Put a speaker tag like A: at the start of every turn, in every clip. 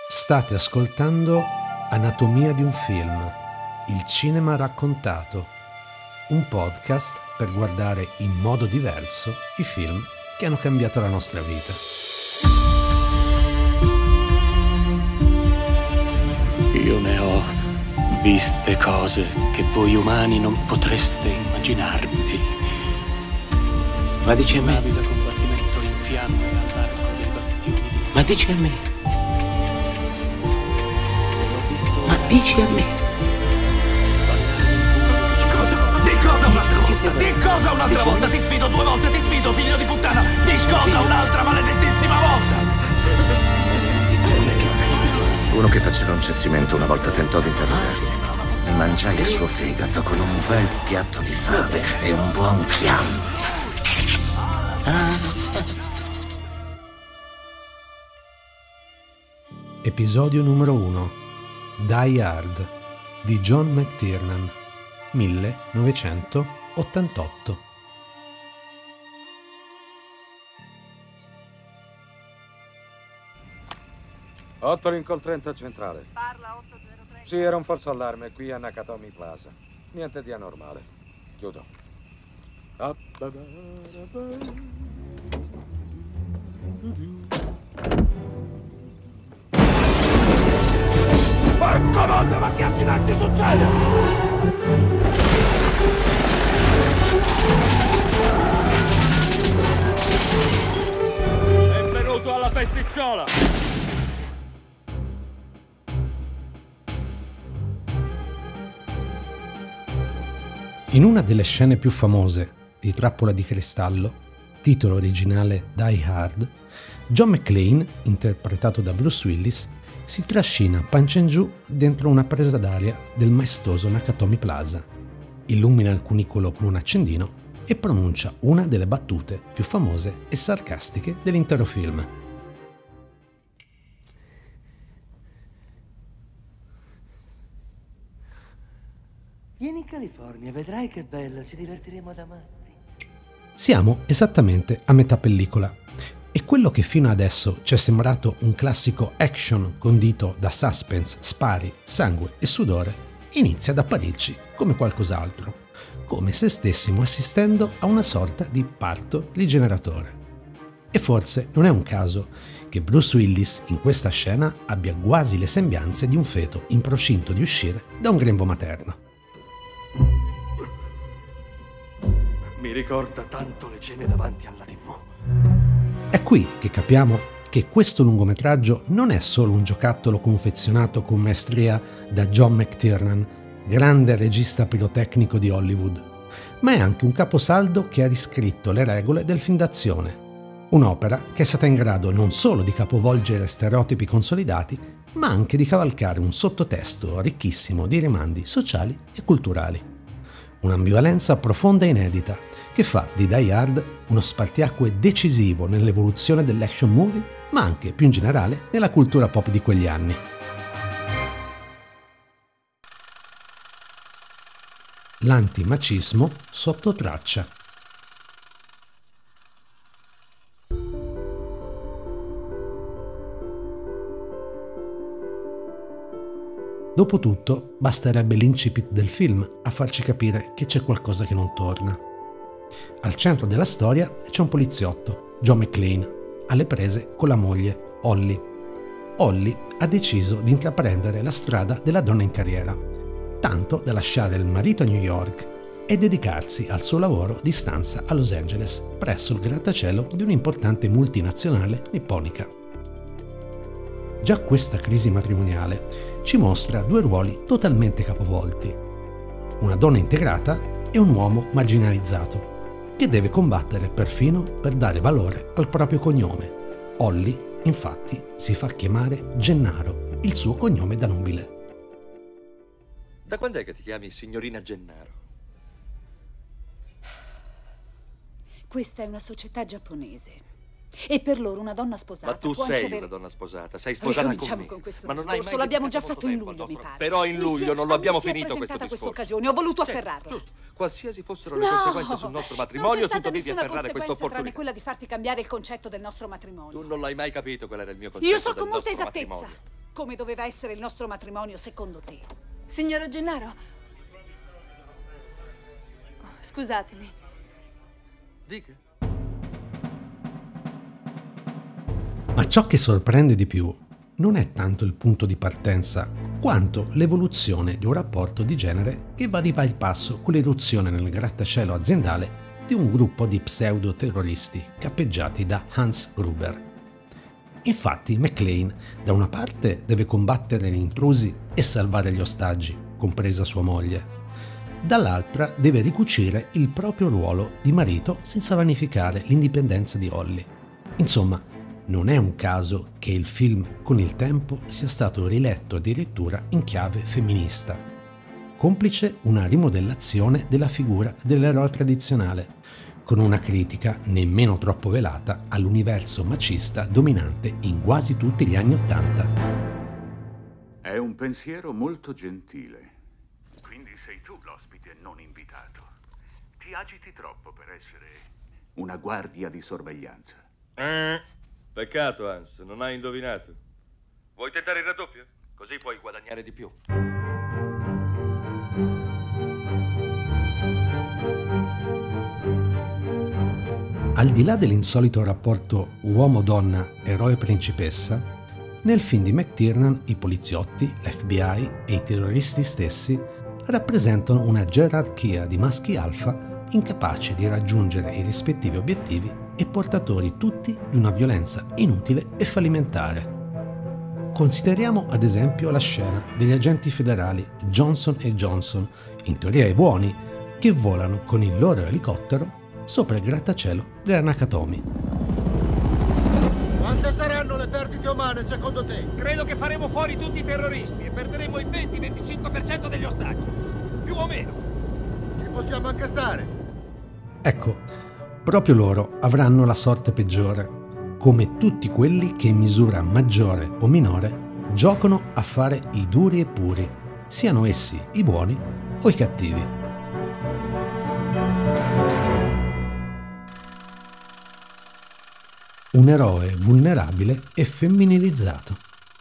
A: State ascoltando Anatomia di un film, il cinema raccontato, un podcast per guardare in modo diverso i film che hanno cambiato la nostra vita.
B: Io ne ho viste cose che voi umani non potreste immaginarvi. Ma dici a me? Navi da combattimento in fiamme all'arco dei bastioni. Ma dici a me? Ma dici a me?
C: Di cosa un'altra volta? Di cosa un'altra volta? Ti sfido 2 volte, ti sfido, figlio di puttana! Di cosa un'altra maledettissima volta?
D: Uno che faceva un censimento una volta tentò di interrogarmi. Mi mangiai il suo fegato con un bel piatto di fave e un buon Chianti.
A: Episodio numero 1. Die Hard di John McTiernan, 1988.
E: Otto Lincoln 30 centrale.
F: Parla 803.
E: Sì, era un falso allarme qui a Nakatomi Plaza. Niente di anormale. Chiudo.
C: Porco mondo, ma che accidenti succede?
B: Benvenuto alla festicciola!
A: In una delle scene più famose di Trappola di cristallo, titolo originale Die Hard, John McClane, interpretato da Bruce Willis, si trascina pancia in giù dentro una presa d'aria del maestoso Nakatomi Plaza, illumina il cunicolo con un accendino e pronuncia una delle battute più famose e sarcastiche dell'intero film.
G: Vieni in California, vedrai che bello, ci divertiremo da matti.
A: Siamo esattamente a metà pellicola e quello che fino adesso ci è sembrato un classico action condito da suspense, spari, sangue e sudore inizia ad apparirci come qualcos'altro, come se stessimo assistendo a una sorta di parto rigeneratore. E forse non è un caso che Bruce Willis in questa scena abbia quasi le sembianze di un feto in procinto di uscire da un grembo materno.
C: Mi ricorda tanto le cene davanti alla TV.
A: È qui che capiamo che questo lungometraggio non è solo un giocattolo confezionato con maestria da John McTiernan, grande regista pirotecnico di Hollywood, ma è anche un caposaldo che ha riscritto le regole del film d'azione. Un'opera che è stata in grado non solo di capovolgere stereotipi consolidati, ma anche di cavalcare un sottotesto ricchissimo di rimandi sociali e culturali. Un'ambivalenza profonda e inedita che fa di Die Hard uno spartiacque decisivo nell'evoluzione dell'action movie, ma anche più in generale nella cultura pop di quegli anni. L'antimacismo sotto traccia. Dopotutto, basterebbe l'incipit del film a farci capire che c'è qualcosa che non torna. Al centro della storia c'è un poliziotto, John McClane, alle prese con la moglie, Holly. Holly ha deciso di intraprendere la strada della donna in carriera, tanto da lasciare il marito a New York e dedicarsi al suo lavoro di stanza a Los Angeles, presso il grattacielo di un'importante multinazionale nipponica. Già questa crisi matrimoniale ci mostra 2 ruoli totalmente capovolti: una donna integrata e un uomo marginalizzato, che deve combattere perfino per dare valore al proprio cognome. Holly, infatti, si fa chiamare Gennaro, il suo cognome da nobile.
H: Da quando è che ti chiami signorina Gennaro?
F: Questa è una società giapponese. E per loro una donna sposata
H: Ma tu
F: può
H: sei
F: anche avere...
H: una donna sposata, sei sposata con
F: Ricominciamo
H: me.
F: con questo
H: Ma non hai
F: discorso,
H: mai
F: l'abbiamo già
H: dedicato
F: fatto in
H: molto tempo al
F: luglio, mi
H: nostro-
F: pare.
H: Però in luglio non lo abbiamo finito questo
F: presentata
H: discorso.
F: questa occasione, ho voluto afferrarla.
H: Giusto, qualsiasi fossero le conseguenze sul nostro matrimonio, tu dovevi afferrare questa
F: tranne
H: opportunità.
F: quella di farti cambiare il concetto del nostro matrimonio.
H: Tu non l'hai mai capito qual era il mio concetto
F: Io so
H: del
F: con molta
H: nostro
F: esattezza.
H: matrimonio.
F: come doveva essere il nostro matrimonio secondo te.
I: Signora Gennaro. Oh, scusatemi.
H: Dica.
A: Ma ciò che sorprende di più non è tanto il punto di partenza, quanto l'evoluzione di un rapporto di genere che va di pari passo con l'irruzione nel grattacielo aziendale di un gruppo di pseudo-terroristi cappeggiati da Hans Gruber. Infatti McClane da una parte deve combattere gli intrusi e salvare gli ostaggi, compresa sua moglie. Dall'altra deve ricucire il proprio ruolo di marito senza vanificare l'indipendenza di Holly. Insomma, non è un caso che il film con il tempo sia stato riletto addirittura in chiave femminista, complice una rimodellazione della figura dell'eroe tradizionale, con una critica nemmeno troppo velata all'universo macista dominante in quasi tutti gli anni '80.
J: È un pensiero molto gentile. Quindi sei tu l'ospite non invitato. Ti agiti troppo per essere una guardia di sorveglianza.
H: Peccato, Hans, non hai indovinato. Vuoi tentare il raddoppio? Così puoi guadagnare di più.
A: Al di là dell'insolito rapporto uomo-donna, eroe-principessa, nel film di McTiernan i poliziotti, l'FBI e i terroristi stessi rappresentano una gerarchia di maschi alfa incapaci di raggiungere i rispettivi obiettivi e portatori tutti di una violenza inutile e fallimentare. Consideriamo ad esempio la scena degli agenti federali Johnson & Johnson, in teoria i buoni, che volano con il loro elicottero sopra il grattacielo della Nakatomi.
K: Quante saranno le perdite umane secondo te?
C: Credo che faremo fuori tutti i terroristi e perderemo il 20-25% degli ostaggi. Più o meno.
K: Ci possiamo anche stare.
A: Ecco, proprio loro avranno la sorte peggiore, come tutti quelli che in misura maggiore o minore giocano a fare i duri e puri, siano essi i buoni o i cattivi. Un eroe vulnerabile e femminilizzato.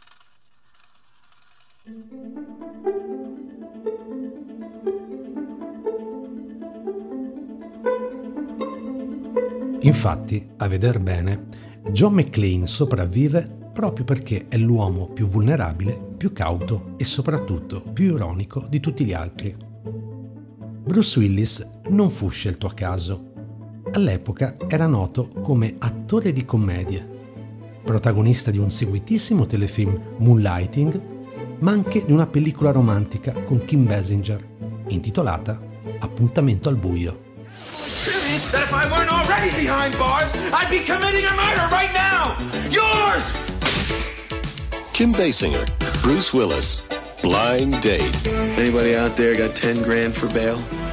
A: Infatti, a veder bene, John McClane sopravvive proprio perché è l'uomo più vulnerabile, più cauto e soprattutto più ironico di tutti gli altri. Bruce Willis non fu scelto a caso. All'epoca era noto come attore di commedie, protagonista di un seguitissimo telefilm Moonlighting, ma anche di una pellicola romantica con Kim Basinger, intitolata Appuntamento al buio.
C: That if I weren't already behind bars, I'd be committing a murder right now! Yours!
L: Kim Basinger, Bruce Willis, Blind Date.
M: Anybody out there got 10 grand for bail?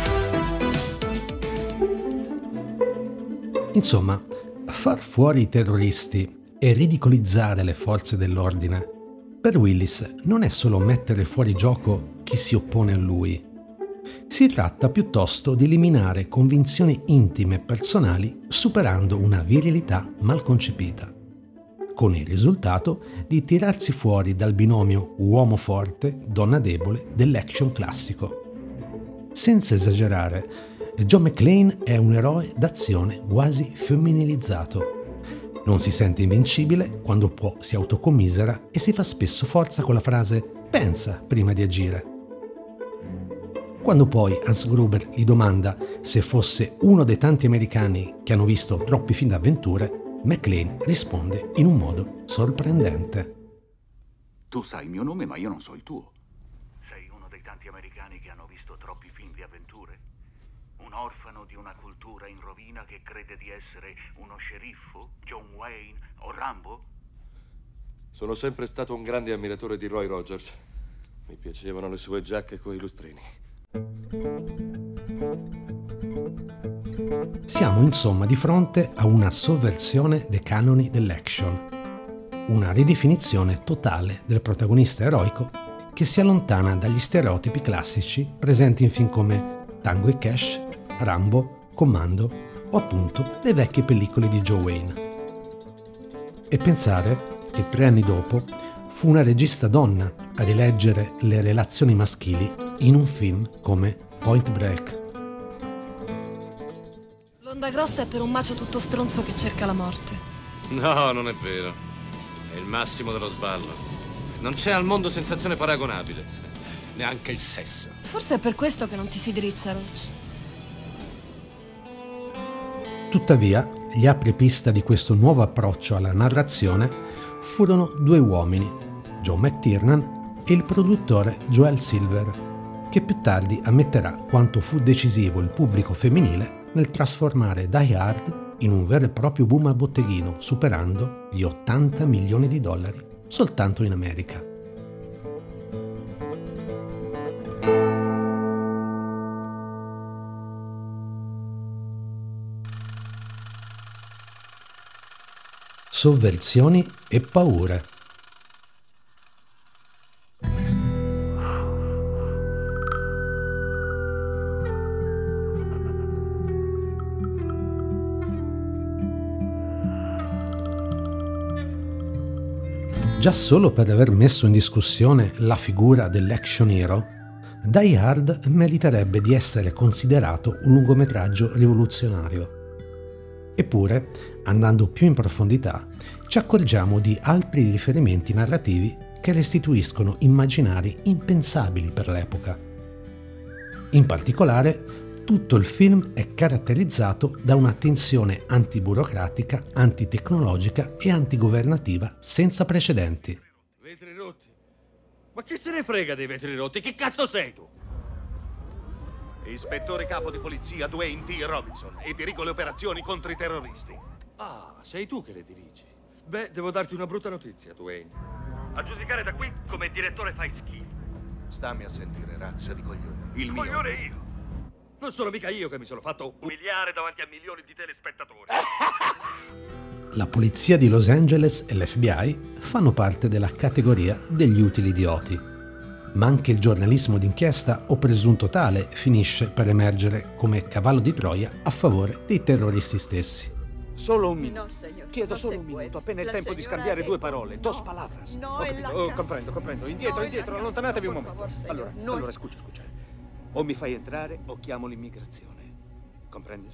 A: Insomma, far fuori i terroristi e ridicolizzare le forze dell'ordine per Willis non è solo mettere fuori gioco chi si oppone a lui. Si tratta piuttosto di eliminare convinzioni intime e personali superando una virilità mal concepita, con il risultato di tirarsi fuori dal binomio uomo forte, donna debole dell'action classico. Senza esagerare, John McClane è un eroe d'azione quasi femminilizzato. Non si sente invincibile, quando può si autocommisera e si fa spesso forza con la frase «pensa prima di agire». Quando poi Hans Gruber gli domanda se fosse uno dei tanti americani che hanno visto troppi film d'avventure, McClane risponde in un modo sorprendente.
J: Tu sai il mio nome, ma io non so il tuo. Sei uno dei tanti americani che hanno visto troppi film di avventure? Un orfano di una cultura in rovina che crede di essere uno sceriffo, John Wayne o Rambo?
H: Sono sempre stato un grande ammiratore di Roy Rogers. Mi piacevano le sue giacche coi lustrini.
A: Siamo insomma di fronte a una sovversione dei canoni dell'action, una ridefinizione totale del protagonista eroico che si allontana dagli stereotipi classici presenti in film come Tango e Cash, Rambo, Commando o appunto le vecchie pellicole di Joe Wayne. E pensare che 3 anni dopo fu una regista donna a rileggere le relazioni maschili in un film come Point Break.
N: L'onda grossa è per un macio tutto stronzo che cerca la morte.
O: No, non è vero. È il massimo dello sballo. Non c'è al mondo sensazione paragonabile. Neanche il sesso.
N: Forse è per questo che non ti si drizza, Roach.
A: Tuttavia, gli apripista di questo nuovo approccio alla narrazione furono due uomini, Joe McTiernan e il produttore Joel Silver, che più tardi ammetterà quanto fu decisivo il pubblico femminile nel trasformare Die Hard in un vero e proprio boom al botteghino, superando gli $80 milioni soltanto in America. Sovversioni e paure. Già solo per aver messo in discussione la figura dell'action hero, Die Hard meriterebbe di essere considerato un lungometraggio rivoluzionario. Eppure, andando più in profondità, ci accorgiamo di altri riferimenti narrativi che restituiscono immaginari impensabili per l'epoca. In particolare, tutto il film è caratterizzato da una tensione antiburocratica, antitecnologica e antigovernativa senza precedenti.
O: Vetri rotti? Ma chi se ne frega dei vetri rotti? Chi cazzo sei tu?
K: Ispettore capo di polizia Dwayne T. Robinson e dirigo le operazioni contro i terroristi.
O: Ah, sei tu che le dirigi. Beh, devo darti una brutta notizia, Dwayne. A giudicare da qui, come direttore fai schifo.
K: Stammi a sentire, razza di coglione. Il mio...
O: Coglione io! Non sono mica io che mi sono fatto umiliare davanti a milioni di telespettatori.
A: La polizia di Los Angeles e l'FBI fanno parte della categoria degli utili idioti. Ma anche il giornalismo d'inchiesta o presunto tale finisce per emergere come cavallo di Troia a favore dei terroristi stessi.
J: Solo un minuto.
I: No, señor.
J: Chiedo
I: No
J: solo
I: se
J: un minuto,
I: puede.
J: appena il
I: La
J: tempo di
I: señora
J: scambiare
I: ha
J: due
I: detto
J: parole.
I: no.
J: Dos palabras.
I: No
J: Ho
I: en
J: capito.
I: la
J: Oh,
I: casa.
J: comprendo.
I: No
J: Indietro,
I: en la casa.
J: allontanatevi un
I: Por
J: momento.
I: favor, señor.
J: Allora,
I: No
J: scusa. O mi fai entrare o chiamo l'immigrazione. Comprendi?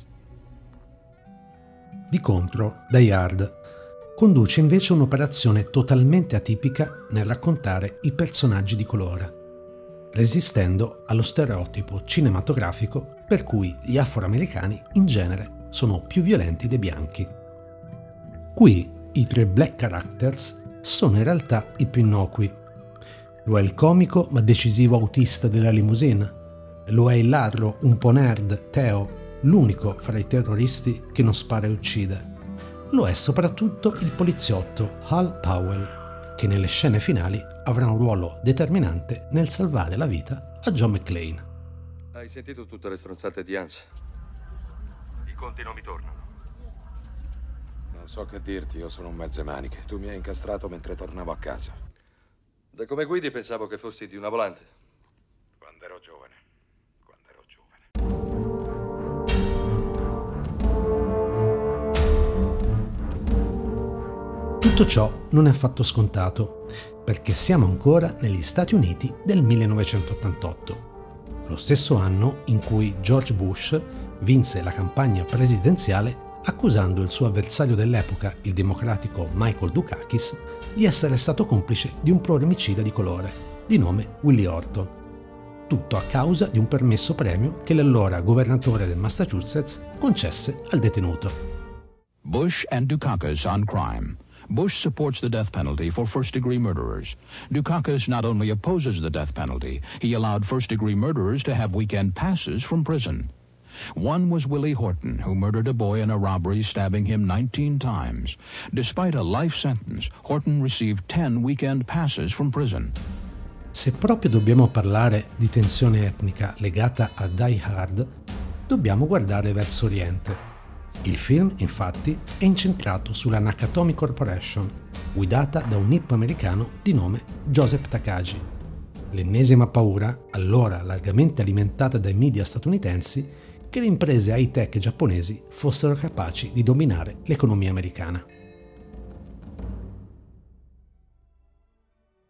A: Di contro, Die Hard conduce invece un'operazione totalmente atipica nel raccontare i personaggi di colore, resistendo allo stereotipo cinematografico per cui gli afroamericani in genere sono più violenti dei bianchi. Qui i tre black characters sono in realtà i più innocui. Lo è il comico ma decisivo autista della limousine, lo è il ladro un po' nerd Theo, l'unico fra i terroristi che non spara e uccide. Lo è soprattutto il poliziotto Hal Powell, che nelle scene finali avrà un ruolo determinante nel salvare la vita a John McClane.
H: Hai sentito tutte le stronzate di Hans? I conti non mi tornano.
E: Non so che dirti, io sono un mezzemaniche. Tu mi hai incastrato mentre tornavo a casa.
H: Da come guidi pensavo che fossi di una volante.
E: Quando ero giovane.
A: Tutto ciò non è affatto scontato, perché siamo ancora negli Stati Uniti del 1988, lo stesso anno in cui George Bush vinse la campagna presidenziale accusando il suo avversario dell'epoca, il democratico Michael Dukakis, di essere stato complice di un pluricida di colore, di nome Willie Horton. Tutto a causa di un permesso premio che l'allora governatore del Massachusetts concesse al detenuto.
P: Bush and Dukakis on crime. Bush supports the death penalty for first-degree murderers. Dukakis not only opposes the death penalty, he allowed first-degree murderers to have weekend passes from prison. One was Willie Horton, who murdered a boy in a robbery, stabbing him 19 times. Despite a life sentence, Horton received 10 weekend passes from prison.
A: Se proprio dobbiamo parlare di tensione etnica legata a Die Hard, dobbiamo guardare verso Oriente. Il film, infatti, è incentrato sulla Nakatomi Corporation, guidata da un nippo americano di nome Joseph Takagi. L'ennesima paura, allora largamente alimentata dai media statunitensi, che le imprese high-tech giapponesi fossero capaci di dominare l'economia americana.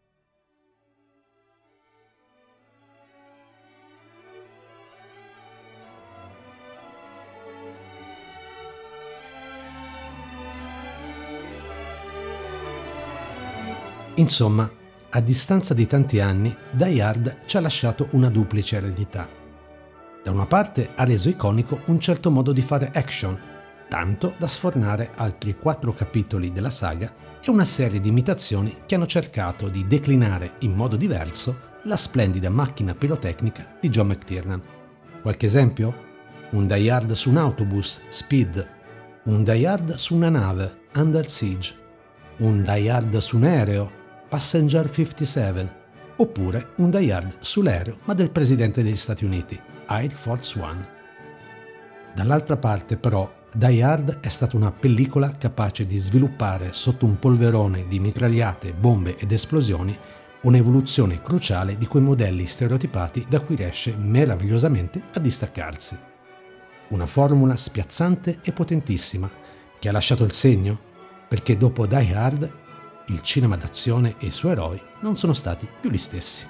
A: Insomma, a distanza di tanti anni, Die Hard ci ha lasciato una duplice eredità. Da una parte ha reso iconico un certo modo di fare action, tanto da sfornare altri 4 capitoli della saga e una serie di imitazioni che hanno cercato di declinare in modo diverso la splendida macchina pirotecnica di John McTiernan. Qualche esempio? Un Die Hard su un autobus, Speed, un Die Hard su una nave, Under Siege, un Die Hard su un aereo, Passenger 57, oppure un Die Hard sull'aereo ma del presidente degli Stati Uniti, Air Force One. Dall'altra parte però, Die Hard è stata una pellicola capace di sviluppare sotto un polverone di mitragliate, bombe ed esplosioni un'evoluzione cruciale di quei modelli stereotipati da cui riesce meravigliosamente a distaccarsi. Una formula spiazzante e potentissima che ha lasciato il segno perché dopo Die Hard il cinema d'azione e i suoi eroi non sono stati più gli stessi.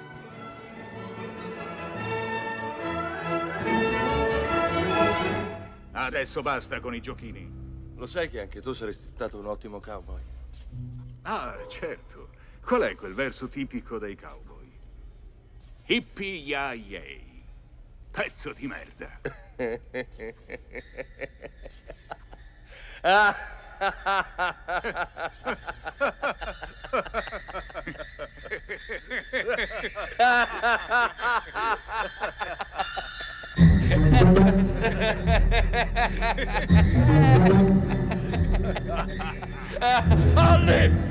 J: Adesso basta con i giochini.
H: Lo sai che anche tu saresti stato un ottimo cowboy?
J: Ah, certo. Qual è quel verso tipico dei cowboy? Hippie-ya-yay. Pezzo di merda.
H: Ollie!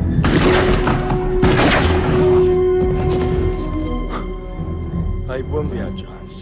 H: Fai buon viaggio, Hans.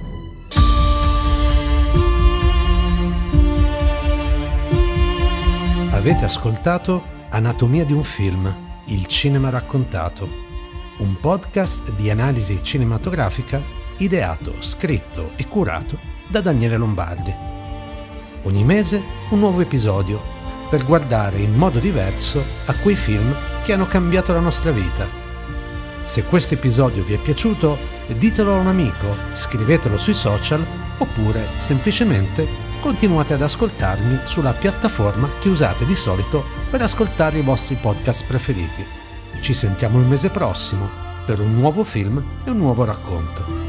A: Avete ascoltato Anatomia di un film, il cinema raccontato, un podcast di analisi cinematografica ideato, scritto e curato da Daniele Lombardi. Ogni mese un nuovo episodio per guardare in modo diverso a quei film che hanno cambiato la nostra vita. Se questo episodio vi è piaciuto, ditelo a un amico, scrivetelo sui social oppure semplicemente continuate ad ascoltarmi sulla piattaforma che usate di solito per ascoltare i vostri podcast preferiti. Ci sentiamo il mese prossimo per un nuovo film e un nuovo racconto.